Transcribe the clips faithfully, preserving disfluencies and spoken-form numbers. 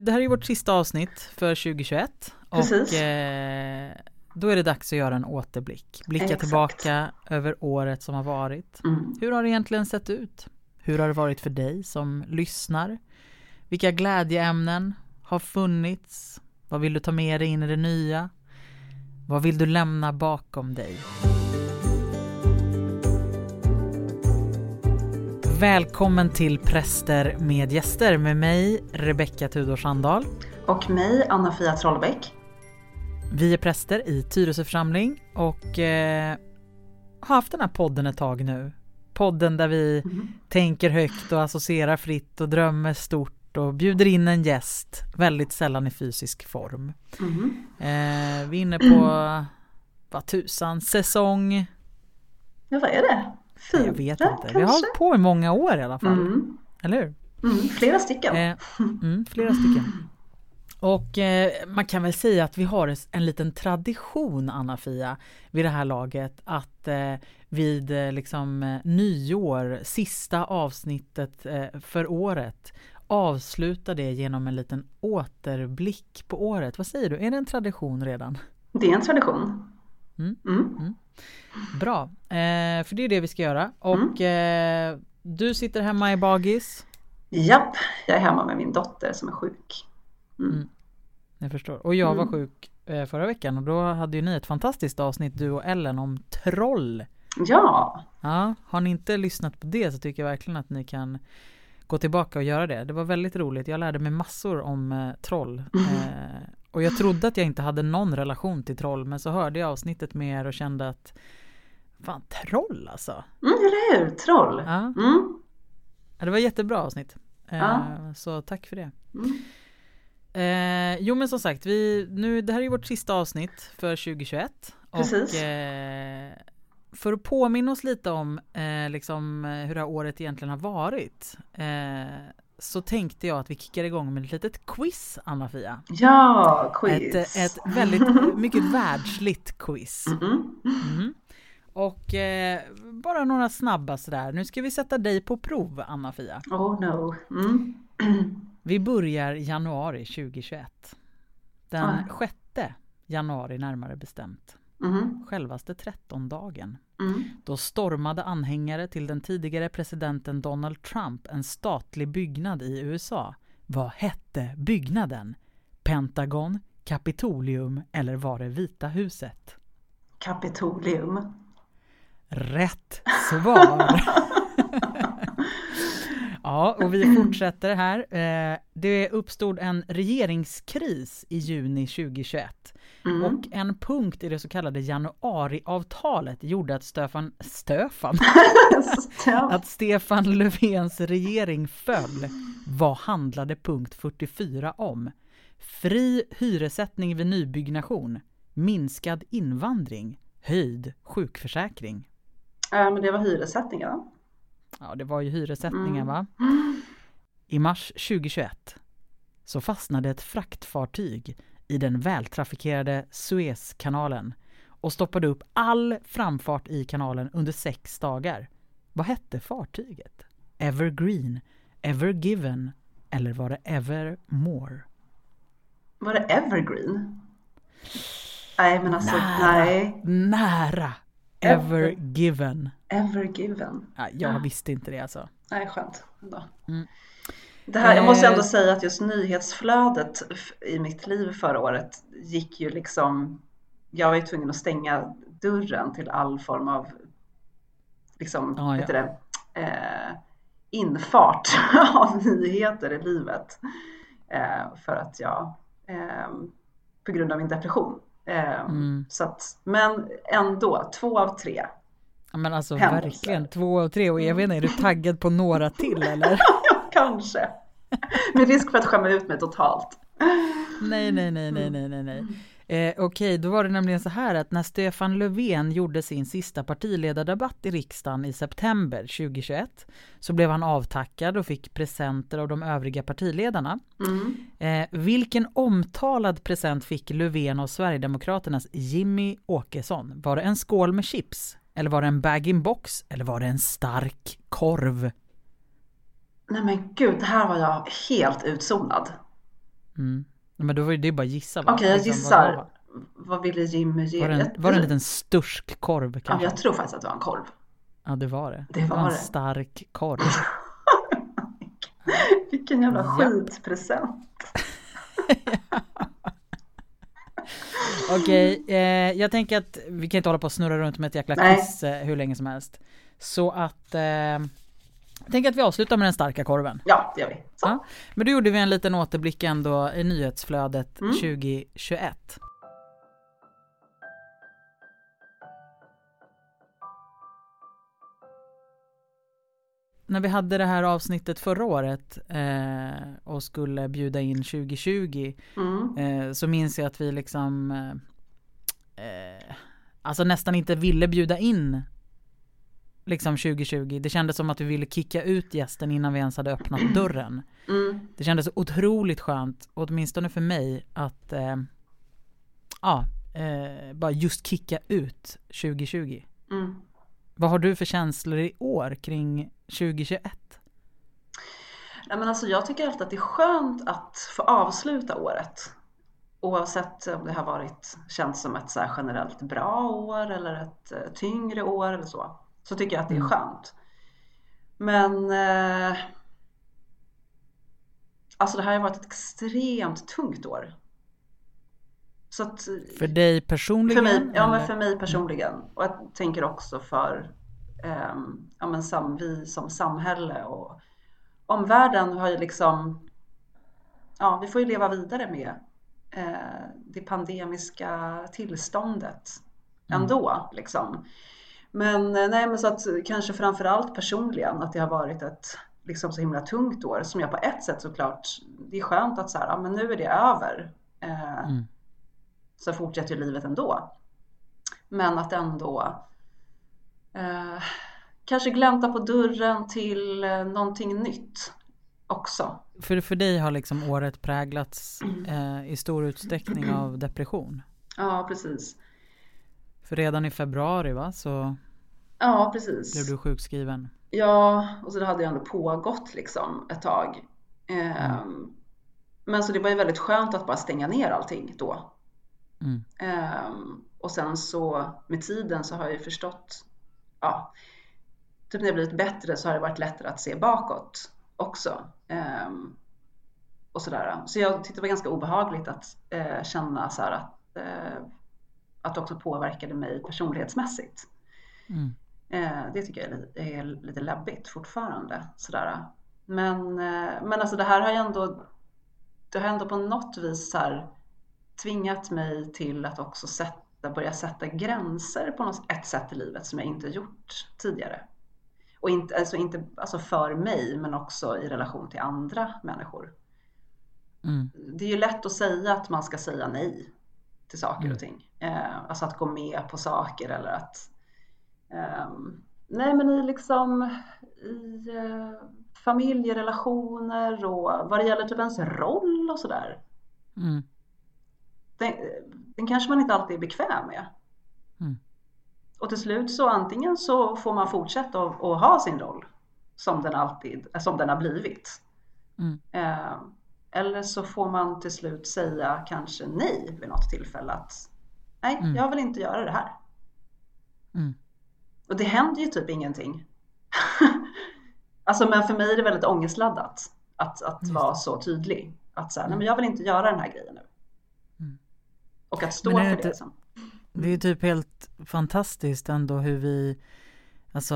Det här är vårt sista avsnitt för tjugohundratjugoett. Precis. Och eh, då är det dags att göra en återblick. Blicka Exakt. tillbaka över året som har varit. Mm. Hur har det egentligen sett ut? Hur har det varit för dig som lyssnar? Vilka glädjeämnen har funnits? Vad vill du ta med dig in i det nya? Vad vill du lämna bakom dig? Välkommen till Präster med gäster med mig, Rebecka Tudor Sandahl. Och mig, Anna-Fia Trollbäck. Vi är präster i Tyresö församling och eh, har haft den här podden ett tag nu. Podden där vi mm. tänker högt och associerar fritt och drömmer stort och bjuder in en gäst, väldigt sällan i fysisk form. Mm. Eh, vi är inne på vad tusan, säsong. Ja, vad är det? Fyra, jag vet inte. Kanske? Vi har hållit på i många år i alla fall. Mm. Eller hur? Mm, flera stycken. Eh, mm, flera stycken. Och eh, man kan väl säga att vi har en liten tradition, Anna-Fia, vid det här laget. Att eh, vid eh, liksom, eh, nyår, sista avsnittet eh, för året, avsluta det genom en liten återblick på året. Vad säger du? Är det en tradition redan? Det är en tradition. Mm. Mm. Mm. Bra, eh, för det är det vi ska göra. Och mm. eh, du sitter hemma i bagis? Japp, jag är hemma med min dotter som är sjuk. Mm. Mm. Jag förstår. Och jag var mm. sjuk eh, förra veckan och då hade ju ni ett fantastiskt avsnitt, du och Ellen, om troll. Ja. Ja, har ni inte lyssnat på det så tycker jag verkligen att ni kan gå tillbaka och göra det. Det var väldigt roligt. Jag lärde mig massor om eh, troll. Mm. Eh, och jag trodde att jag inte hade någon relation till troll, men så hörde jag avsnittet med er och kände att fan, troll alltså. Mm, eller hur? Troll. Ja. Mm. Ja, det var jättebra avsnitt. Eh, ja. Så tack för det. Mm. Eh, jo men som sagt, vi, nu, det här är vårt sista avsnitt för tjugohundratjugoett. Precis. Och eh, för att påminna oss lite om eh, liksom, hur det här året egentligen har varit, eh, så tänkte jag att vi kickar igång med ett litet quiz, Anna-Fia. Ja, quiz. Ett, ett väldigt mycket världsligt quiz. Mm-hmm. Mm. Och eh, bara några snabba sådär. Nu ska vi sätta dig på prov, Anna-Fia. Oh no. Mm. Vi börjar januari tjugohundratjugoett. Den ah. sjätte januari närmare bestämt. Mm. Självaste trettondagen. Mm. Då stormade anhängare till den tidigare presidenten Donald Trump en statlig byggnad i U S A. Vad hette byggnaden? Pentagon, Kapitolium eller var det Vita huset? Kapitolium. Rätt svar. Ja, och vi fortsätter här. Det uppstod en regeringskris i juni tjugohundratjugoett. Mm. Och en punkt i det så kallade januariavtalet gjorde att Stefan Stefan att Stefan Löfvens regering föll. Vad handlade punkt fyrtiofyra om? Fri hyressättning vid nybyggnation, minskad invandring, höjd sjukförsäkring. Ja, men det var hyressättningen, va? Ja, det var ju hyressättningen, mm. va? I mars tjugohundratjugoett så fastnade ett fraktfartyg i den vältrafikerade Suezkanalen och stoppade upp all framfart i kanalen under sex dagar. Vad hette fartyget? Evergreen, Evergiven eller var det Evermore? Var det Evergreen? Nej, men alltså, nära, nej. Nära. Evergiven. Evergiven. Ja, jag visste inte det alltså. Nej, skönt. Ändå. Mm. Det här, jag måste ändå säga att just nyhetsflödet i mitt liv förra året gick ju liksom, jag var ju tvungen att stänga dörren till all form av liksom, ah, vet ja. det, eh, infart av nyheter i livet. Eh, för att jag, eh, på grund av min depression. Eh, mm. så att, men ändå, två av tre. Ja, men alltså händelser. Verkligen, två av tre. Och jag vet inte, är du taggad på några till eller? Kanske. Med risk för att skämma ut mig totalt. Nej, nej, nej, nej, nej, nej, nej. Eh, Okej, okay, då var det nämligen så här att när Stefan Löfven gjorde sin sista partiledardebatt i riksdagen i september tjugohundratjugoett så blev han avtackad och fick presenter av de övriga partiledarna. Mm. Eh, vilken omtalad present fick Löfven av Sverigedemokraternas Jimmy Åkesson? Var det en skål med chips? Eller var det en bag-in-box? Eller var det en stark korv? Nej men gud, det här var jag helt utzonad. Mm. Men då var det bara gissa. Okej, okay, jag liksom, gissar. Vad, vad ville Jimmy ge? Var det en, var det en liten sturskkorv kanske? Ja, jag tror faktiskt att det var en korv. Ja, det var det. Det var, det var en det. stark korv. Vilken jävla skitpresent. Okej, okay, eh, jag tänker att vi kan inte hålla på och snurra runt med ett jäkla quiz eh, hur länge som helst. Så att eh, jag tänker att vi avslutar med den starka korven. Ja, det gör vi. Ja, men då gjorde vi en liten återblick ändå i nyhetsflödet mm. tjugohundratjugoett. När vi hade det här avsnittet förra året eh, och skulle bjuda in tjugohundratjugo mm. eh, så minns jag att vi liksom eh, alltså nästan inte ville bjuda in liksom tjugohundratjugo. Det kändes som att vi ville kicka ut gästen innan vi ens hade öppnat dörren. Mm. Det kändes otroligt skönt, åtminstone för mig, att eh, ja, eh, bara just kicka ut tjugohundratjugo. Mm. Vad har du för känslor i år kring tjugohundratjugoett? Nej, men alltså, jag tycker alltid att det är skönt att få avsluta året. Oavsett om det har varit, känts som ett så här generellt bra år eller ett uh, tyngre år eller så. Så tycker jag att det är mm. skönt. Men eh, alltså det här har varit ett extremt tungt år. Så att, för dig personligen? För mig, ja, men för mig personligen. Och jag tänker också för eh, ja, men sam, vi som samhälle och omvärlden har ju liksom, ja, vi får ju leva vidare med eh, det pandemiska tillståndet ändå mm. liksom. Men nej, men så att kanske framförallt personligen att det har varit ett liksom så himla tungt år som jag på ett sätt såklart, det är skönt att så här, ja, men nu är det över. Eh, mm. Så fortsätter ju livet ändå. Men att ändå eh, kanske glänta på dörren till eh, någonting nytt också. För, för dig har liksom året präglats eh, i stor utsträckning av depression. Ja, precis. För redan i februari, va? Så ja, precis. blev du sjukskriven. Ja, och så det hade ju ändå pågått liksom ett tag. Eh, mm. Men så det var ju väldigt skönt att bara stänga ner allting då. Mm. Um, och sen så med tiden så har jag ju förstått, ja, typ när jag blivit bättre så har det varit lättare att se bakåt också. Um, och sådär. Så jag tyckte det var ganska obehagligt att uh, känna så här att, uh, att det också påverkade mig personlighetsmässigt. Mm. Uh, det tycker jag är lite, är lite läbbigt fortfarande. Sådär. Men, uh, men alltså det här har ju ändå, det har ändå på något vis så här tvingat mig till att också sätta, börja sätta gränser på något ett sätt i livet som jag inte gjort tidigare. Och inte, alltså inte alltså för mig, men också i relation till andra människor. Mm. Det är ju lätt att säga att man ska säga nej till saker mm. och ting. Eh, alltså att gå med på saker eller att eh, nej, men i liksom i eh, familjerelationer och vad det gäller typ ens roll och sådär. Mm. Den, den kanske man inte alltid är bekväm med. Mm. Och till slut så antingen så får man fortsätta att, att ha sin roll som den alltid, som den har blivit. Mm. Eh, eller så får man till slut säga kanske nej vid något tillfälle att nej, mm. jag vill inte göra det här. Mm. Och det händer ju typ ingenting. Alltså, men för mig är det väldigt ångestladdat att, att vara så tydlig. Att säga, nej men jag vill inte göra den här grejen nu. Mm. Och att stå för inte, det. Som. Det är typ helt fantastiskt ändå hur vi, alltså,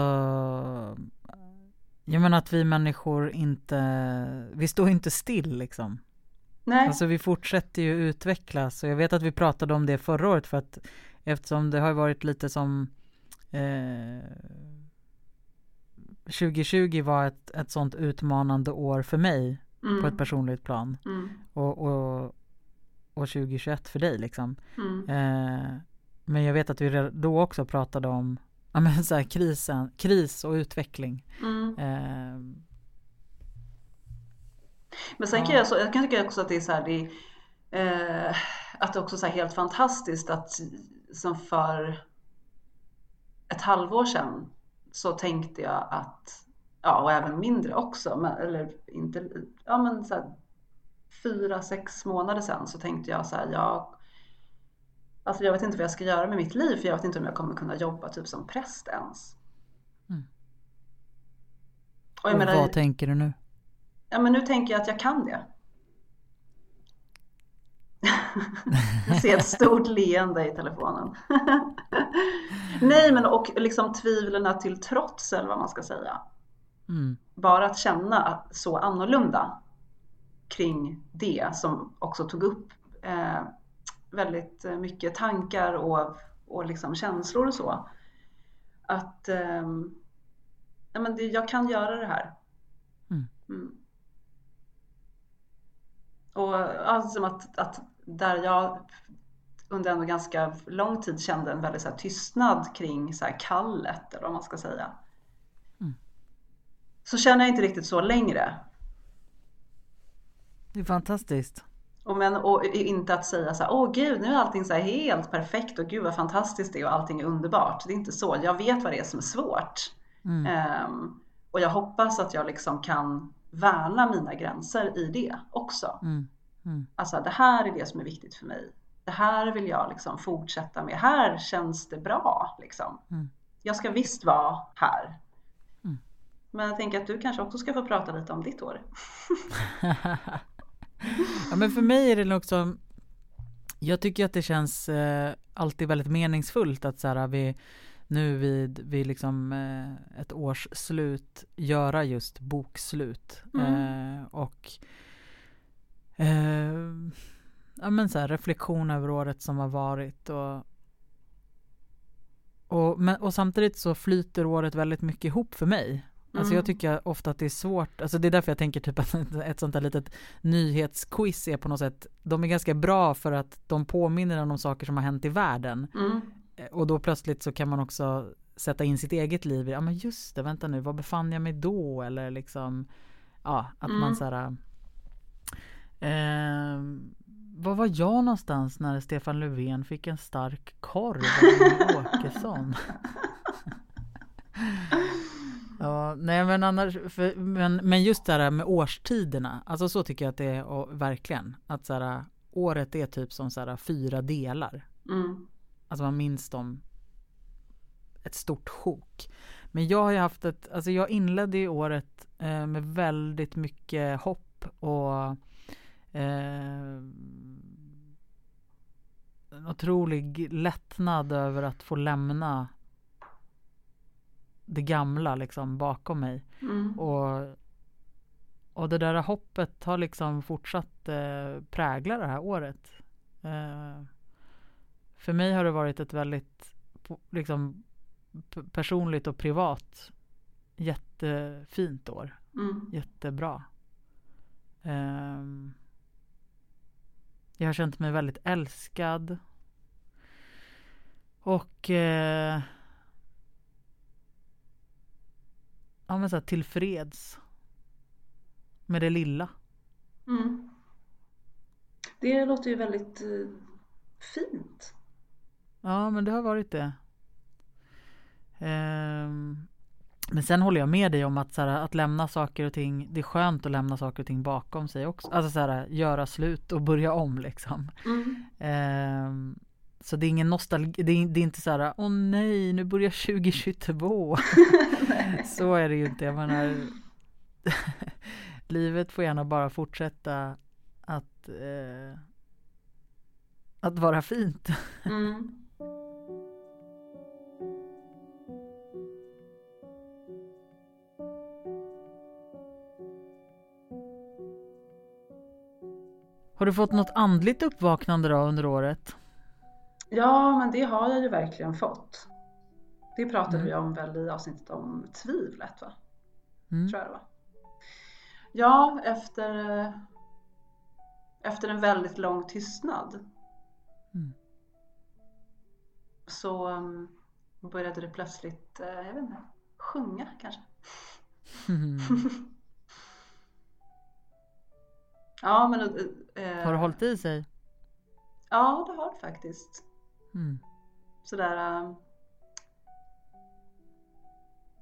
jag menar att vi människor inte, vi står inte still liksom. Nej. Alltså vi fortsätter ju utvecklas, och jag vet att vi pratade om det förra året, för att eftersom det har varit lite som eh, tjugohundratjugo var ett, ett sånt utmanande år för mig mm. på ett personligt plan mm. och, och, och tjugohundratjugoett för dig liksom. Mm. Eh, men jag vet att vi då också pratade om ja, men så här, krisen, kris och utveckling. Mm. Eh, men sen ja. kan jag, så, jag kan tycka också att det är så här, det är, eh, att det också är så här helt fantastiskt att som för ett halvår sedan så tänkte jag att, ja, och även mindre också, men, eller inte, ja men så här, fyra, sex månader sedan så tänkte jag så här, jag, alltså jag vet inte vad jag ska göra med mitt liv, för jag vet inte om jag kommer kunna jobba typ som präst ens. Mm. Och, jag och menar, vad tänker du nu? Ja, men nu tänker jag att jag kan det. Jag ser ett stort leende i telefonen. Nej, men och liksom tvivlarna till trots, eller vad man ska säga. Mm. Bara att känna så annorlunda kring det som också tog upp eh, väldigt mycket tankar och, och liksom känslor och så. Att eh, ja, men det, jag kan göra det här. Mm. Mm. Och alltså att, att där jag under ändå ganska lång tid kände en väldigt så här tystnad kring så här kallet, eller vad man ska säga. Mm. Så känner jag inte riktigt så längre. Det är fantastiskt. Och, men, och inte att säga så här, åh gud, nu är allting så här helt perfekt och gud vad fantastiskt det är och allting är underbart. Det är inte så. Jag vet vad det är som är svårt. Mm. Um, och jag hoppas att jag liksom kan värna mina gränser i det också. Mm. Mm. Alltså det här är det som är viktigt för mig. Det här vill jag liksom fortsätta med. Här känns det bra liksom. Mm. Jag ska visst vara här. Mm. Men jag tänker att du kanske också ska få prata lite om ditt år. Ja, men för mig är det nog också, jag tycker att det känns eh, alltid väldigt meningsfullt att så här, vi nu vid, vid liksom eh, ett års slut göra just bokslut. Mm. Eh, och eh, ja, men så här, reflektion över året som har varit och och, men, och samtidigt så flyter året väldigt mycket ihop för mig. Alltså Mm. jag tycker ofta att det är svårt, alltså det är därför jag tänker typ att ett sånt här litet nyhetsquiz är på något sätt, de är ganska bra för att de påminner om saker som har hänt i världen. Mm. Och då plötsligt så kan man också sätta in sitt eget liv i, ja men just det, vänta nu, var befann jag mig då? Eller liksom, ja, att Mm. man så här, eh, var var jag någonstans när Stefan Löfven fick en stark korv av Åkesson? Ja, nej men annars för, men, men just det här med årstiderna, alltså så tycker jag att det är, och verkligen att så här, året är typ som så här, fyra delar. Mm. Alltså man minns dem ett stort sjok. Men jag har ju haft ett, alltså jag inledde ju året eh, med väldigt mycket hopp och eh, en otrolig lättnad över att få lämna det gamla liksom bakom mig. Mm. Och, och det där hoppet har liksom fortsatt eh, prägla det här året. Eh, för mig har det varit ett väldigt liksom p- personligt och privat jättefint år. Mm. Jättebra. Eh, jag har känt mig väldigt älskad. Och eh, ja, men så här, tillfreds med det lilla. Mm. Det låter ju väldigt eh, fint. Ja, men det har varit det. Ehm, men sen håller jag med dig om att, så här, att lämna saker och ting, det är skönt att lämna saker och ting bakom sig också. Alltså så här, göra slut och börja om liksom. Mm. Ehm, så det är ingen nostalgi, det är, det är inte så här, åh nej, nu börjar tjugo tjugotvå. Så är det ju inte, jag menar livet får gärna bara fortsätta att eh, att vara fint. Mm. Har du fått något andligt uppvaknande då under året? Ja, men det har jag ju verkligen fått. Det pratade Mm. vi om väl i avsnittet om tvivlet, va? Mm. Tror jag det var. Ja, efter, efter en väldigt lång tystnad Mm. så um, började det plötsligt, uh, jag vet inte, sjunga kanske. Mm. Ja, men uh, Har det hållit i sig? Ja, det har det faktiskt. Mm. Sådär uh,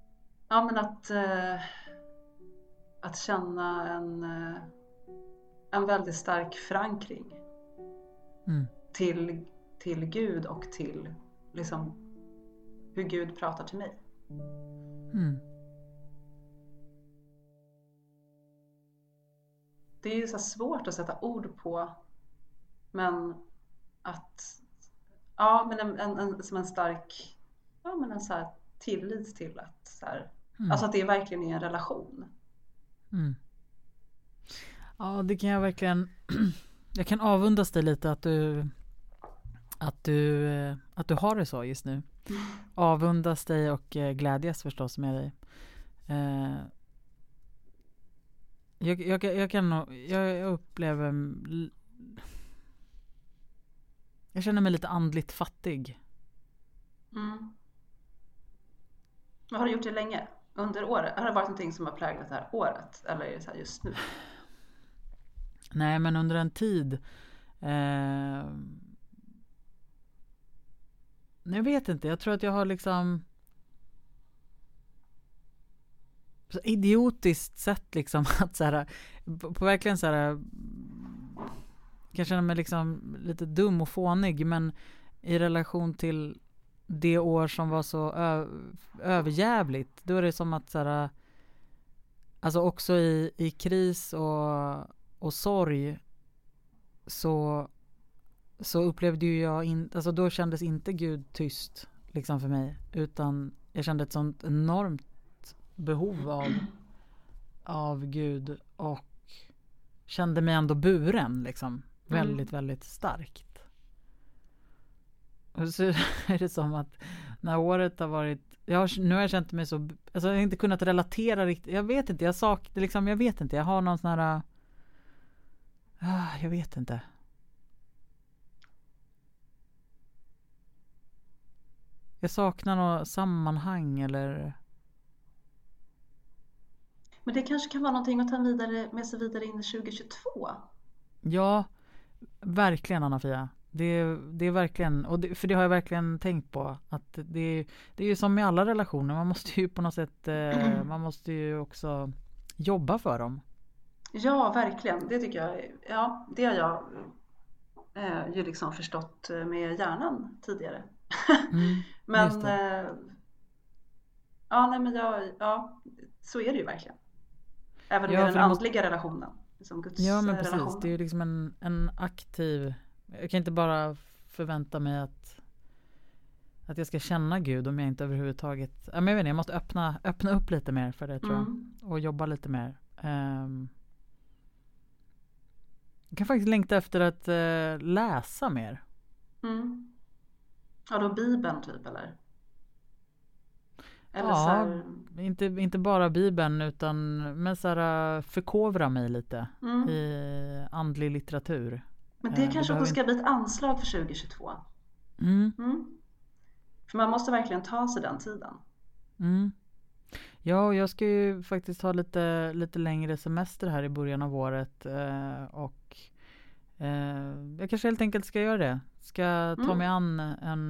ja, men att uh, att känna en uh, en väldigt stark förankring Mm. till, till Gud och till liksom hur Gud pratar till mig. Mm. Det är ju så svårt att sätta ord på, men att ja, men en, en, en, som en stark ja, men en så här tillit till att så här, Mm. alltså att det verkligen är en relation. Mm. Ja, det kan jag verkligen jag kan avundas dig lite att du att du att du har det så just nu. Mm. Avundas dig och glädjas förstås med dig. Eh, jag, jag, jag kan nog, jag upplever jag känner mig lite andligt fattig. Mm. Har du gjort det länge? Under året? Har det varit någonting som har präglat det här året? Eller är det så här just nu? Nej, men under en tid eh, jag vet inte, jag tror att jag har liksom så idiotiskt sett liksom att så här, på, på verkligen så här jag känner mig liksom lite dum och fånig, men i relation till det år som var så ö, överjävligt, då är det som att så här, alltså också i, i kris och, och sorg så så upplevde ju jag inte, alltså då kändes inte Gud tyst liksom för mig, utan jag kände ett sånt enormt behov av av Gud och kände mig ändå buren liksom, väldigt mm. väldigt starkt. Och så är det som att när året har varit, jag har, nu har jag känt mig så, alltså jag har inte kunnat relatera riktigt, jag vet inte, jag sak, liksom, jag vet inte, jag har någon sån här uh, jag vet inte. Jag saknar något sammanhang eller... Men det kanske kan vara någonting att ta vidare, med sig vidare in i tjugohundratjugotvå. Ja, verkligen Anna-Fia. Det, det är verkligen, och det, för det har jag verkligen tänkt på. Att det, det är ju som med alla relationer. Man måste ju på något sätt, eh, man måste ju också jobba för dem. Ja, verkligen. Det tycker jag, ja, det har jag eh, ju liksom förstått med hjärnan tidigare. Mm, men eh, ja, nej, men jag, ja, så är det ju verkligen. Även ja, med den andliga måste... relationen. Liksom Guds ja, men relation. precis. Det är ju liksom en, en aktiv... Jag kan inte bara förvänta mig att att jag ska känna Gud om jag inte överhuvudtaget... Ja, men jag vet inte, jag måste öppna, öppna upp lite mer för det, tror mm. jag. Och jobba lite mer. Um, jag kan faktiskt längta efter att uh, läsa mer. Mm. Ja, då Bibeln typ, eller? Eller ja, så här... inte, inte bara Bibeln, utan men så här, förkovra mig lite mm. i andlig litteratur. Men det kanske också ska bli ett anslag för tjugohundratjugotvå. Mm. Mm. För man måste verkligen ta sig den tiden. Mm. Ja, och jag ska ju faktiskt ha lite, lite längre semester här i början av året. Eh, och eh, jag kanske helt enkelt ska göra det. Ska ta mm. mig an en,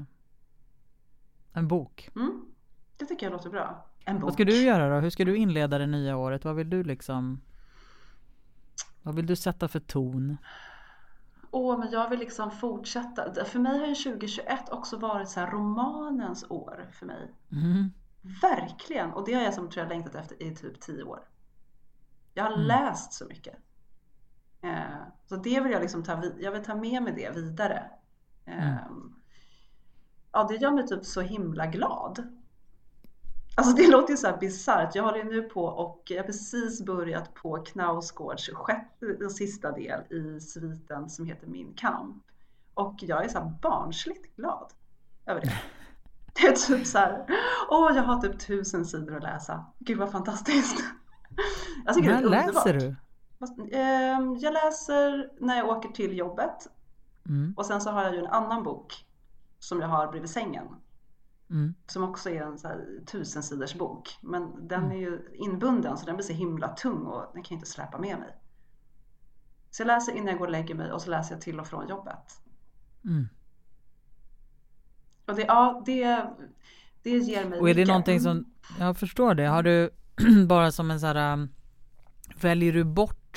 en bok. Mm. Det tycker jag låter bra. En bok. Vad ska du göra då? Hur ska du inleda det nya året? Vad vill du liksom... Vad vill du sätta för ton? Åh, men jag vill liksom fortsätta. För mig har ju tjugohundratjugoett också varit så här romanens år för mig. Mm. Verkligen. Och det har jag som tror jag längtat efter i typ tio år. Jag har mm. läst så mycket. Eh, så det vill jag liksom ta, jag vill ta med mig det vidare. Eh, mm. Ja, det gör mig typ så himla glad. Alltså det låter ju så här bizarrt. Jag håller ju nu på och jag har precis börjat på Knausgårds sjätte och sista del i sviten som heter Min kamp. Och jag är så här barnsligt glad över det. Det är typ så här, åh, jag har typ tusen sidor att läsa. Gud vad fantastiskt. Jag tycker när det är underbart. Läser du? Jag läser när jag åker till jobbet. Mm. Och sen så har jag ju en annan bok som jag har bredvid sängen. Mm. Som också är en så här tusen sidors bok. Men den mm. är ju inbunden så den blir så himla tung och den kan inte släpa med mig. Så jag läser innan jag går och lägger mig och så läser jag till och från jobbet. Mm. Och det, ja, det, det ger mig och är det mycket. Någonting som, jag förstår det. Har du bara som en så här, väljer du bort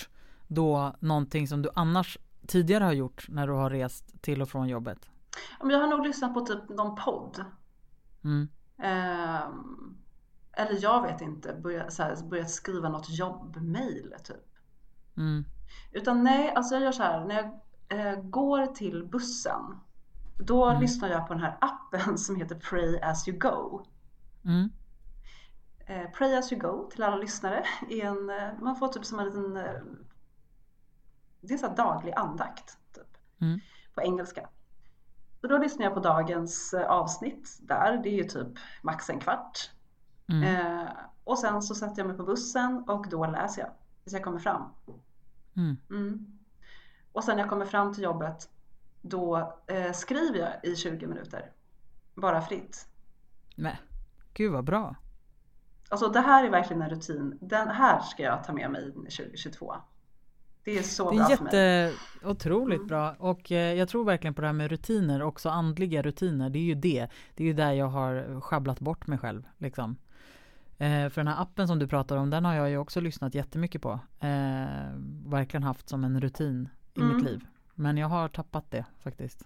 då någonting som du annars tidigare har gjort när du har rest till och från jobbet? Jag har nog lyssnat på typ någon podd. Mm. Um, eller jag vet inte, börjat, så här, börjat skriva något jobbmail typ. Mm. Utan nej, alltså jag gör så här, när jag eh, går till bussen, då Mm. lyssnar jag på den här appen som heter Pray As You Go. Mm. Eh, Pray As You Go till alla lyssnare är en, eh, man får typ som en liten, eh, det är en sån här daglig andakt typ, Mm. på engelska. Så då lyssnar jag på dagens eh, avsnitt där, det är ju typ max en kvart. Mm. Eh, och sen så sätter jag mig på bussen och då läser jag tills jag kommer fram. Mm. Mm. Och sen när jag kommer fram till jobbet, då eh, skriver jag i tjugo minuter. Bara fritt. Men, gud vad bra. Alltså det här är verkligen en rutin. Den här ska jag ta med mig in i tjugo tjugotvå. Det är så Det bra är för mig. jätte otroligt Mm. bra, och eh, jag tror verkligen på det här med rutiner, också andliga rutiner. Det är ju det. Det är ju där jag har schabblat bort mig själv liksom. Eh, för den här appen som du pratar om, den har jag ju också lyssnat jättemycket på. Eh, verkligen haft som en rutin i Mm. mitt liv. Men jag har tappat det faktiskt.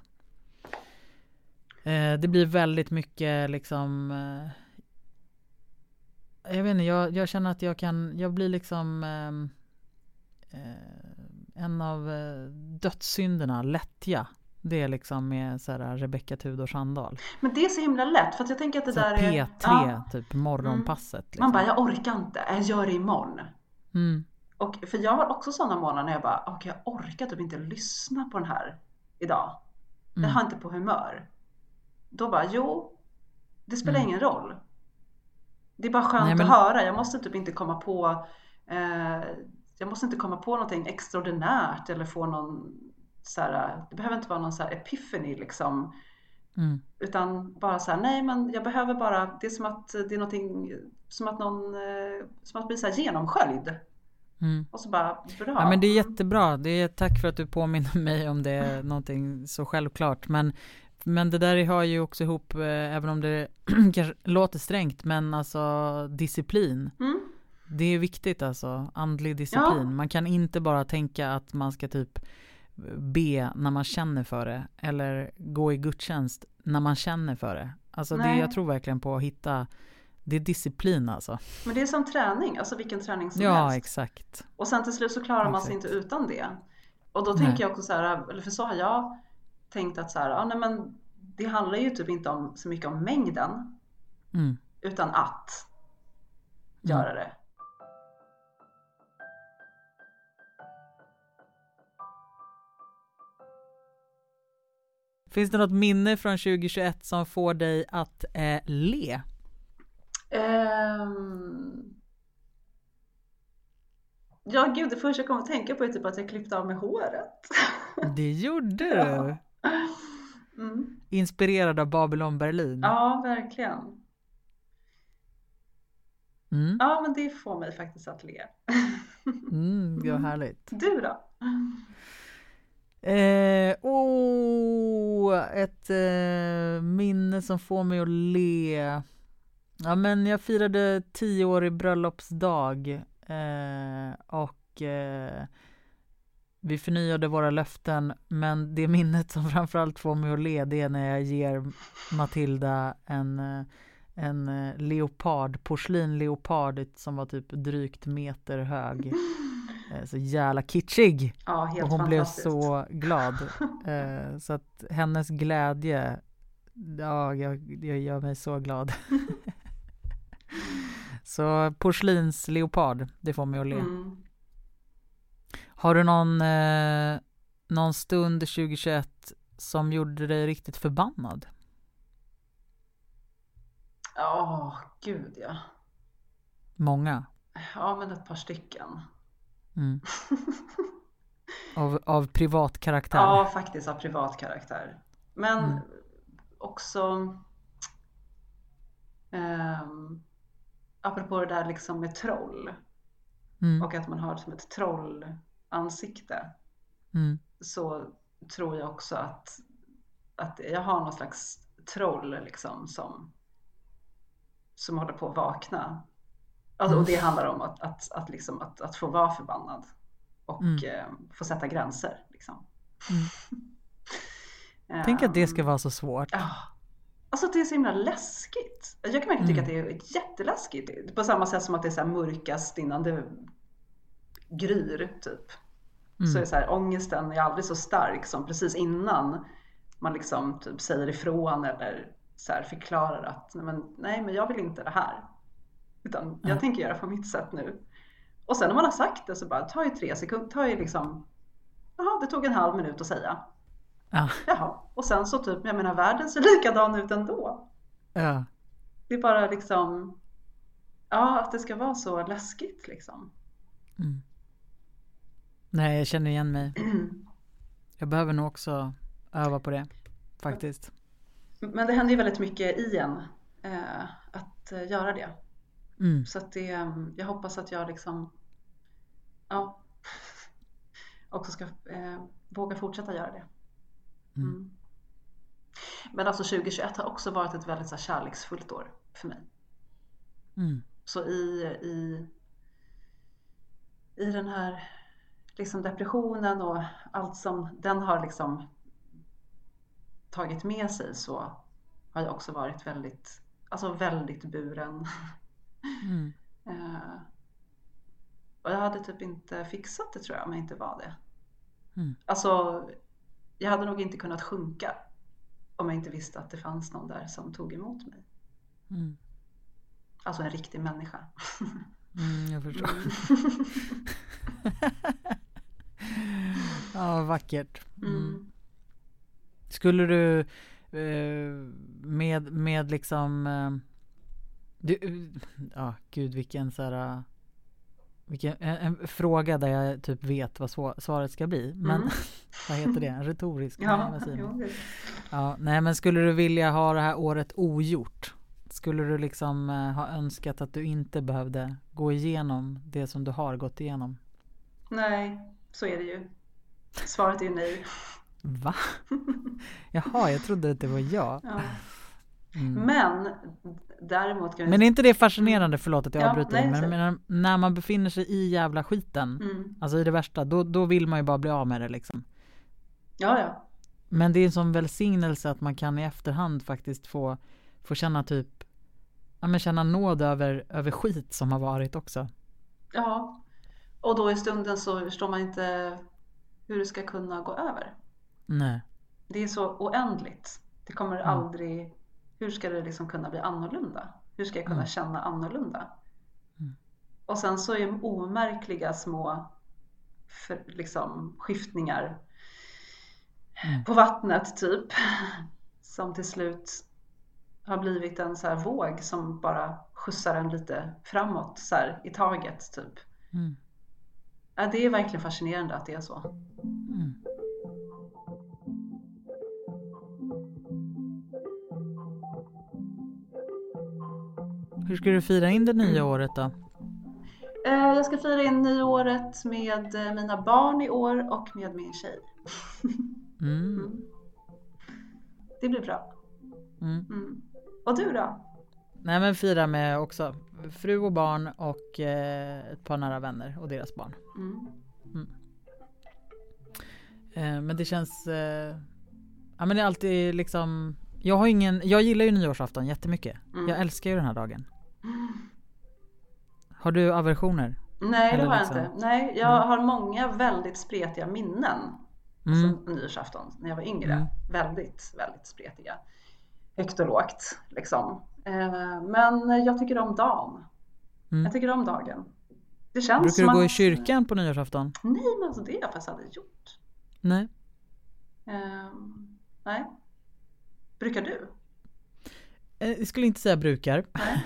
Eh, det blir väldigt mycket liksom eh, jag vet inte, jag, jag känner att jag kan, jag blir liksom eh, eh, en av eh, dödssynderna, lättja. Det är liksom med så här Rebecka Tudor Sandahl. Men det är så himla lätt, för att jag tänker att det Så där P är... tre, Ja, typ morgonpasset. Liksom. man bara, jag orkar inte, jag gör det imorgon. Mm. Och för jag har också sådana månader när jag bara, okej, jag orkar typ inte lyssna på den här idag. Jag Mm. har inte på humör. Då bara, jo, det spelar Mm. ingen roll. Det är bara skönt Nej, men- att höra. Jag måste typ inte komma på eh, jag måste inte komma på någonting extraordinärt eller få någon så här, det behöver inte vara någon så här epiphany liksom. Mm. Utan bara så här, nej men jag behöver bara, det är som att det är någonting, som att någon, eh, som att bli så här genomsköljd. Mm. Och så bara, bra. Ja, men det är jättebra. Det är, tack för att du påminner mig om det, någonting så självklart. Men, men det där hör ju också ihop, eh, även om det kanske låter strängt, men alltså disciplin. Mm. Det är viktigt alltså, andlig disciplin. Ja. Man kan inte bara tänka att man ska typ be när man känner för det, eller gå i gudstjänst när man känner för det. Alltså det, Nej. jag tror verkligen på att hitta, det är disciplin alltså. Men det är som träning, alltså vilken träning som Ja, helst. exakt. Och sen till slut så klarar man sig Exakt. inte utan det. Och då Nej. tänker jag också så här, eller för så har jag tänkt att så här, ja, nej, men det handlar ju typ inte om så mycket om mängden, Mm. utan att Mm. göra det. Finns det något minne från tjugo tjugoett som får dig att eh, le? Ehm... Ja, gud, det första jag kommer att tänka på är typ att jag klippte av mig håret. Det gjorde du. Ja. Mm. Inspirerad av Babylon Berlin. Ja, verkligen. Mm. Ja, men det får mig faktiskt att le. Mm, det var härligt. Du då? Eh, oh, ett eh, minne som får mig att le. Ja, men jag firade tio år i bröllopsdag eh, och eh, vi förnyade våra löften, men det minnet som framförallt får mig att le, det är när jag ger Matilda en, eh, en eh, leopard, porslinleopard som var typ drygt meter hög. Eh, så jävla kitschig. Ja, helt Och hon blev fantastiskt. så glad. Eh, så att hennes glädje, ja, jag, jag gör mig så glad. Så porslinsleopard, det får mig att le. Mm. Har du någon, eh, någon stund tjugo tjugoett som gjorde dig riktigt förbannad? Ja, gud ja. Många. Ja, men ett par stycken. Mm. Av, av privat karaktär. Ja, faktiskt av privat karaktär. Men Mm. också um, apropå det där liksom med troll Mm. och att man har som ett trollansikte, Mm. så tror jag också att, att jag har någon slags troll liksom som, som håller på att vakna. Alltså, och det handlar om att, att, att, liksom, att, att få vara förbannad. och mm. eh, få sätta gränser. Liksom. Mm. Tänk att det ska vara så svårt. Ja. Alltså det är så himla läskigt. Jag kan verkligen tycka mm. att det är jätteläskigt. På samma sätt som att det är så här mörkast innan det gryr typ. Mm. Så är så här, ångesten är aldrig så stark som precis innan man liksom typ säger ifrån eller så här förklarar att nej men, nej men jag vill inte det här. Utan jag mm. tänker göra på mitt sätt nu. Och sen när man har sagt det så bara tar ju tre sekunder, tar ju liksom, jaha det tog en halv minut att säga. Ja. Jaha, och sen så typ, jag menar världen ser likadan ut ändå. Ja. Det är bara liksom, ja att det ska vara så läskigt liksom. Mm. Nej, jag känner igen mig. Jag behöver nog också öva på det, faktiskt. Men det händer ju väldigt mycket i en eh, att eh, göra det. Mm. Så att det, jag hoppas att jag liksom, ja, också ska eh, våga fortsätta göra det. Mm. Mm. Men alltså tjugohundratjugoett har också varit ett väldigt så här, kärleksfullt år för mig. Mm. Så i, i, i den här liksom depressionen och allt som den har liksom tagit med sig så har jag också varit väldigt, alltså väldigt buren. Mm. uh, och jag hade typ inte fixat det tror jag om jag inte var det. Mm. Alltså jag hade nog inte kunnat sjunka om jag inte visste att det fanns någon där som tog emot mig. Mm. Alltså en riktig människa. Mm, jag förstår. Ja, vackert. Mm. Mm. Skulle du eh, med, med liksom eh, du, ja gud vilken så här, vilken, en, en fråga där jag typ vet vad svar, svaret ska bli. Men Mm. vad heter det? En retorisk? Ja, nej, vad säger man? jo, Ja, nej, men skulle du vilja ha det här året ogjort? Skulle du liksom eh, ha önskat att du inte behövde gå igenom det som du har gått igenom? Nej, så är det ju. Svaret är ju nej. Va? Jaha, jag trodde att det var jag. Ja. Mm. Men däremot kan vi... Men är inte det fascinerande, förlåt att jag Ja, avbryter, nej, men, så- men när man befinner sig i jävla skiten, Mm. alltså i det värsta, då, då vill man ju bara bli av med det liksom. Ja, ja. Men det är en sån välsignelse att man kan i efterhand faktiskt få, få känna typ, ja men känna nåd över, över skit som har varit också. Ja. Och då i stunden så förstår man inte hur det ska kunna gå över. Nej. Det är så oändligt. Det kommer Mm. aldrig... Hur ska det liksom kunna bli annorlunda? Hur ska jag kunna Mm. känna annorlunda? Mm. Och sen så är de omärkliga små för, liksom, skiftningar Mm. på vattnet typ. Som till slut har blivit en så här våg som bara skjutsar en lite framåt så här, i taget typ. Mm. Ja, det är verkligen fascinerande att det är så. Mm. Hur ska du fira in det nya året då? Eh, Jag ska fira in nyåret med eh, mina barn i år och med min tjej. Mm. Mm. Det blir bra. Mm. Mm. Och du då? Nej, men fira med också fru och barn och eh, ett par nära vänner och deras barn. Mm. Mm. Eh, men det känns eh, ja men det är alltid liksom, jag har ingen, jag gillar ju nyårsafton jättemycket. Mm. Jag älskar ju den här dagen. Har du aversioner? Nej, det Eller har jag liksom- inte. Nej, jag Mm. har många väldigt spretiga minnen. Mm. Alltså nyårsafton när jag var yngre. Mm. Väldigt, väldigt spretiga. Högt och lågt liksom. Eh, Men jag tycker om dagen. Mm. Jag tycker om dagen. Det känns Brukar som du gå att... i kyrkan på nyårsafton? Nej, men alltså det har jag faktiskt aldrig gjort. Nej. Eh, Nej. Brukar du? Eh, Jag skulle inte säga brukar.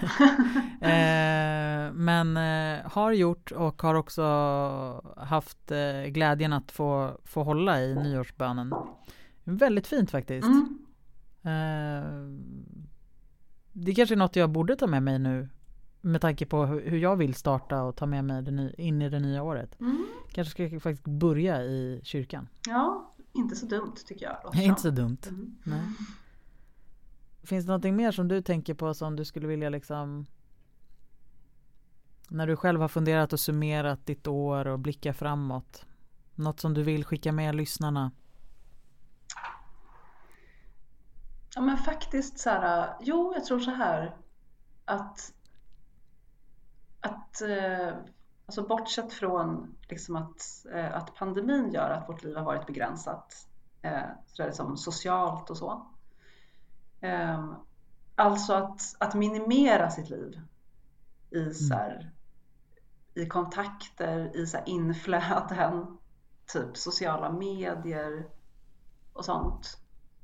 eh, men eh, har gjort och har också haft eh, glädjen att få, få hålla i nyårsbönen. Väldigt fint faktiskt. Mm. Eh, det kanske är något jag borde ta med mig nu med tanke på hur, hur jag vill starta och ta med mig det ny, in i det nya året. Mm. Kanske ska jag faktiskt börja i kyrkan. Ja, inte så dumt tycker jag. låter Inte som. så dumt. Mm. Nej. Finns det någonting mer som du tänker på som du skulle vilja liksom, när du själv har funderat och summerat ditt år och blickat framåt? Något som du vill skicka med lyssnarna? Ja, men faktiskt så här, jo, jag tror så här att att eh, alltså bortsett från liksom att, eh, att pandemin gör att vårt liv har varit begränsat, eh, så är det som socialt och så. Eh, alltså att, att minimera sitt liv i, så här, i kontakter, i så här inflöden, typ sociala medier och sånt.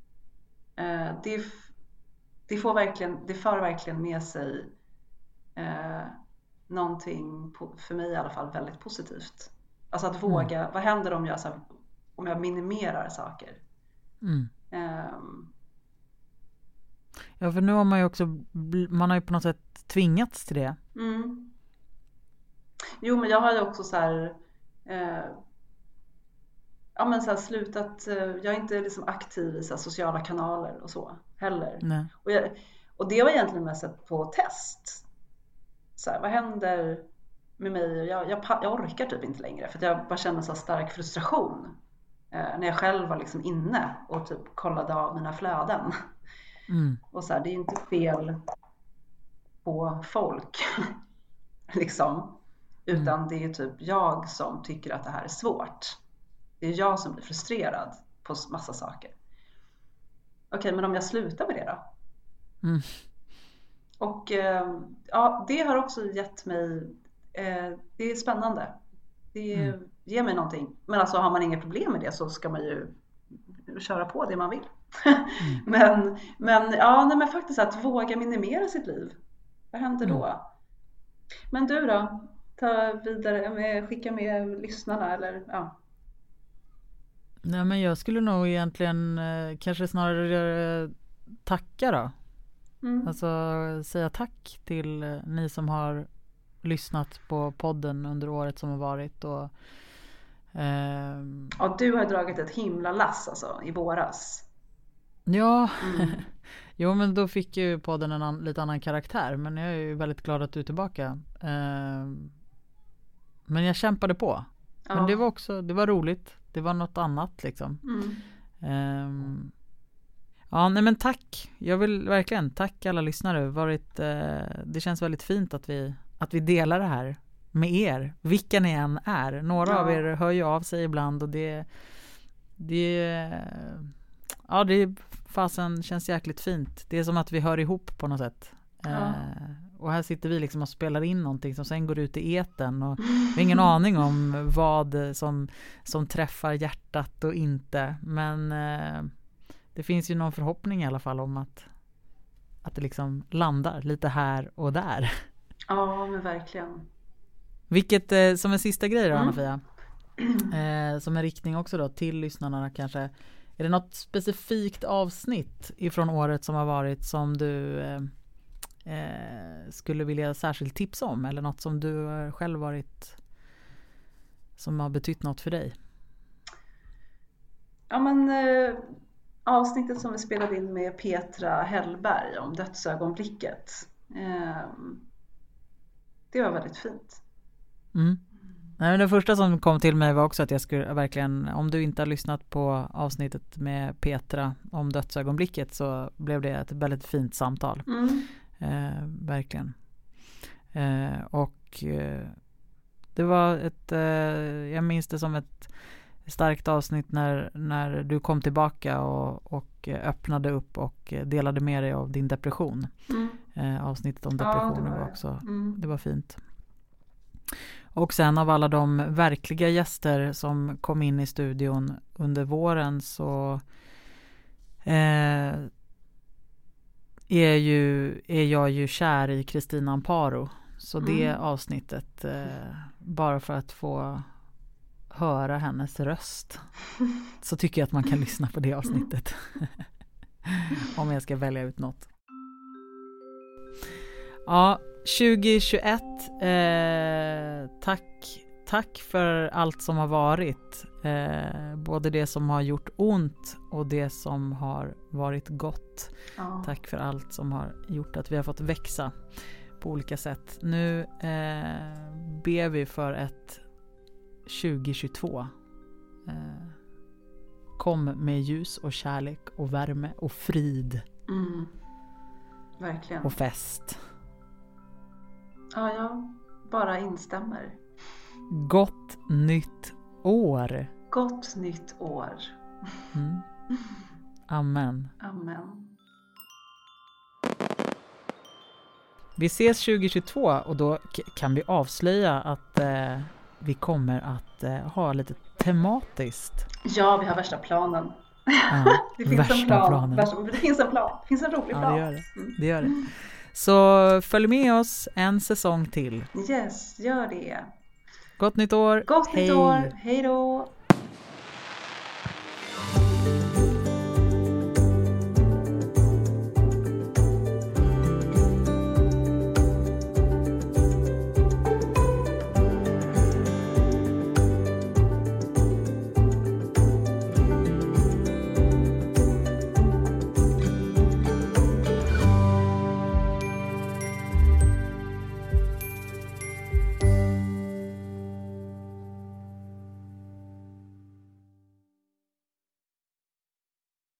Eh, det, det, får verkligen, det för verkligen med sig eh, någonting, på, för mig i alla fall, väldigt positivt. Alltså att våga, mm. vad händer om jag, så här, om jag minimerar saker? Mm. Um, ja, för nu har man ju också, man har ju på något sätt tvingats till det. Mm. Jo, men jag har ju också så här, eh, ja men så här slutat, eh, jag är inte liksom aktiv i så här sociala kanaler och så heller. Nej. Och, jag, och det var egentligen mest på test. Så här, vad händer med mig? Jag, jag, jag orkar typ inte längre, för att jag bara känner så stark frustration eh, när jag själv var liksom inne och typ kollade av mina flöden. Mm. Och så här, det är inte fel på folk liksom, utan mm. det är typ jag som tycker att det här är svårt. Det är jag som blir frustrerad på massa saker. Okej, men om jag slutar med det då? Mm. Och eh, ja, det har också gett mig, eh, det är spännande. Det mm. ger mig någonting. Men alltså har man inga problem med det så ska man ju köra på det man vill. Mm. men, men, ja, nej, men faktiskt att våga minimera sitt liv. Vad händer då? Mm. Men du då? Ta vidare, med, skicka med lyssnarna eller ja. Nej, men jag skulle nog egentligen eh, kanske snarare eh, tacka då. Mm. Alltså säga tack till eh, ni som har lyssnat på podden under året som har varit. Och, eh, ja, du har dragit ett himla lass alltså i våras. Ja, mm. Jo, men då fick ju podden en an, lite annan karaktär. Men jag är ju väldigt glad att du är tillbaka. Eh, men jag kämpade på. Ja. Men det var också, det var roligt. Det var något annat liksom. Mm. Eh, ja, nej men tack. Jag vill verkligen tacka alla lyssnare. Varit, eh, det känns väldigt fint att vi, att vi delar det här med er. Vilka ni än är. Några ja. av er hör ju av sig ibland och det, det ja, det fasen känns jäkligt fint. Det är som att vi hör ihop på något sätt. Ja. Eh, och här sitter vi liksom och spelar in någonting som sen går ut i eten och vi har ingen aning om vad som, som träffar hjärtat och inte. Men eh, det finns ju någon förhoppning i alla fall om att, att det liksom landar lite här och där. Ja, men verkligen. Vilket eh, som en sista grej då, mm. Anna-Fia. Eh, som en riktning också då till lyssnarna kanske. Är det något specifikt avsnitt ifrån året som har varit som du eh, eh, skulle vilja särskilt tipsa om? Eller något som du har själv varit som har betytt något för dig? Ja, men eh, avsnittet som vi spelade in med Petra Hellberg om dödsögonblicket. Eh, det var väldigt fint. Mm. Nej, men det första som kom till mig var också att jag skulle verkligen, om du inte har lyssnat på avsnittet med Petra om dödsögonblicket så blev det ett väldigt fint samtal. Mm. Eh, verkligen. Eh, och eh, det var ett, eh, jag minns det som ett starkt avsnitt när, när du kom tillbaka och, och öppnade upp och delade med dig av din depression. Mm. Eh, avsnittet om depression ja, det var, var också, mm. det var fint. Och sen av alla de verkliga gäster som kom in i studion under våren så eh, är, ju, är jag ju kär i Kristina Amparo. Så mm. det avsnittet, eh, bara för att få höra hennes röst så tycker jag att man kan lyssna på det avsnittet. Om jag ska välja ut något. Ja, tjugo tjugoett, eh, tack, tack för allt som har varit. Eh, både det som har gjort ont och det som har varit gott. Ja. Tack för allt som har gjort att vi har fått växa på olika sätt. Nu eh, ber vi för ett tjugo tjugotvå Eh, kom med ljus och kärlek och värme och frid. Mm. Verkligen. Och fest. Ja, jag bara instämmer. Gott nytt år. Gott nytt år. Mm. Amen. Amen. Vi ses tjugo tjugotvå och då k- kan vi avslöja att eh, vi kommer att eh, ha lite tematiskt. Ja, vi har värsta planen. Ja, det finns värsta en plan. planen. Värsta, det finns en plan. Det finns en rolig Ja, plan. det gör det. Mm. det gör det. Så följ med oss en säsong till. Yes, gör det. Gott nytt år. Gott nytt Hej. år. Hej då.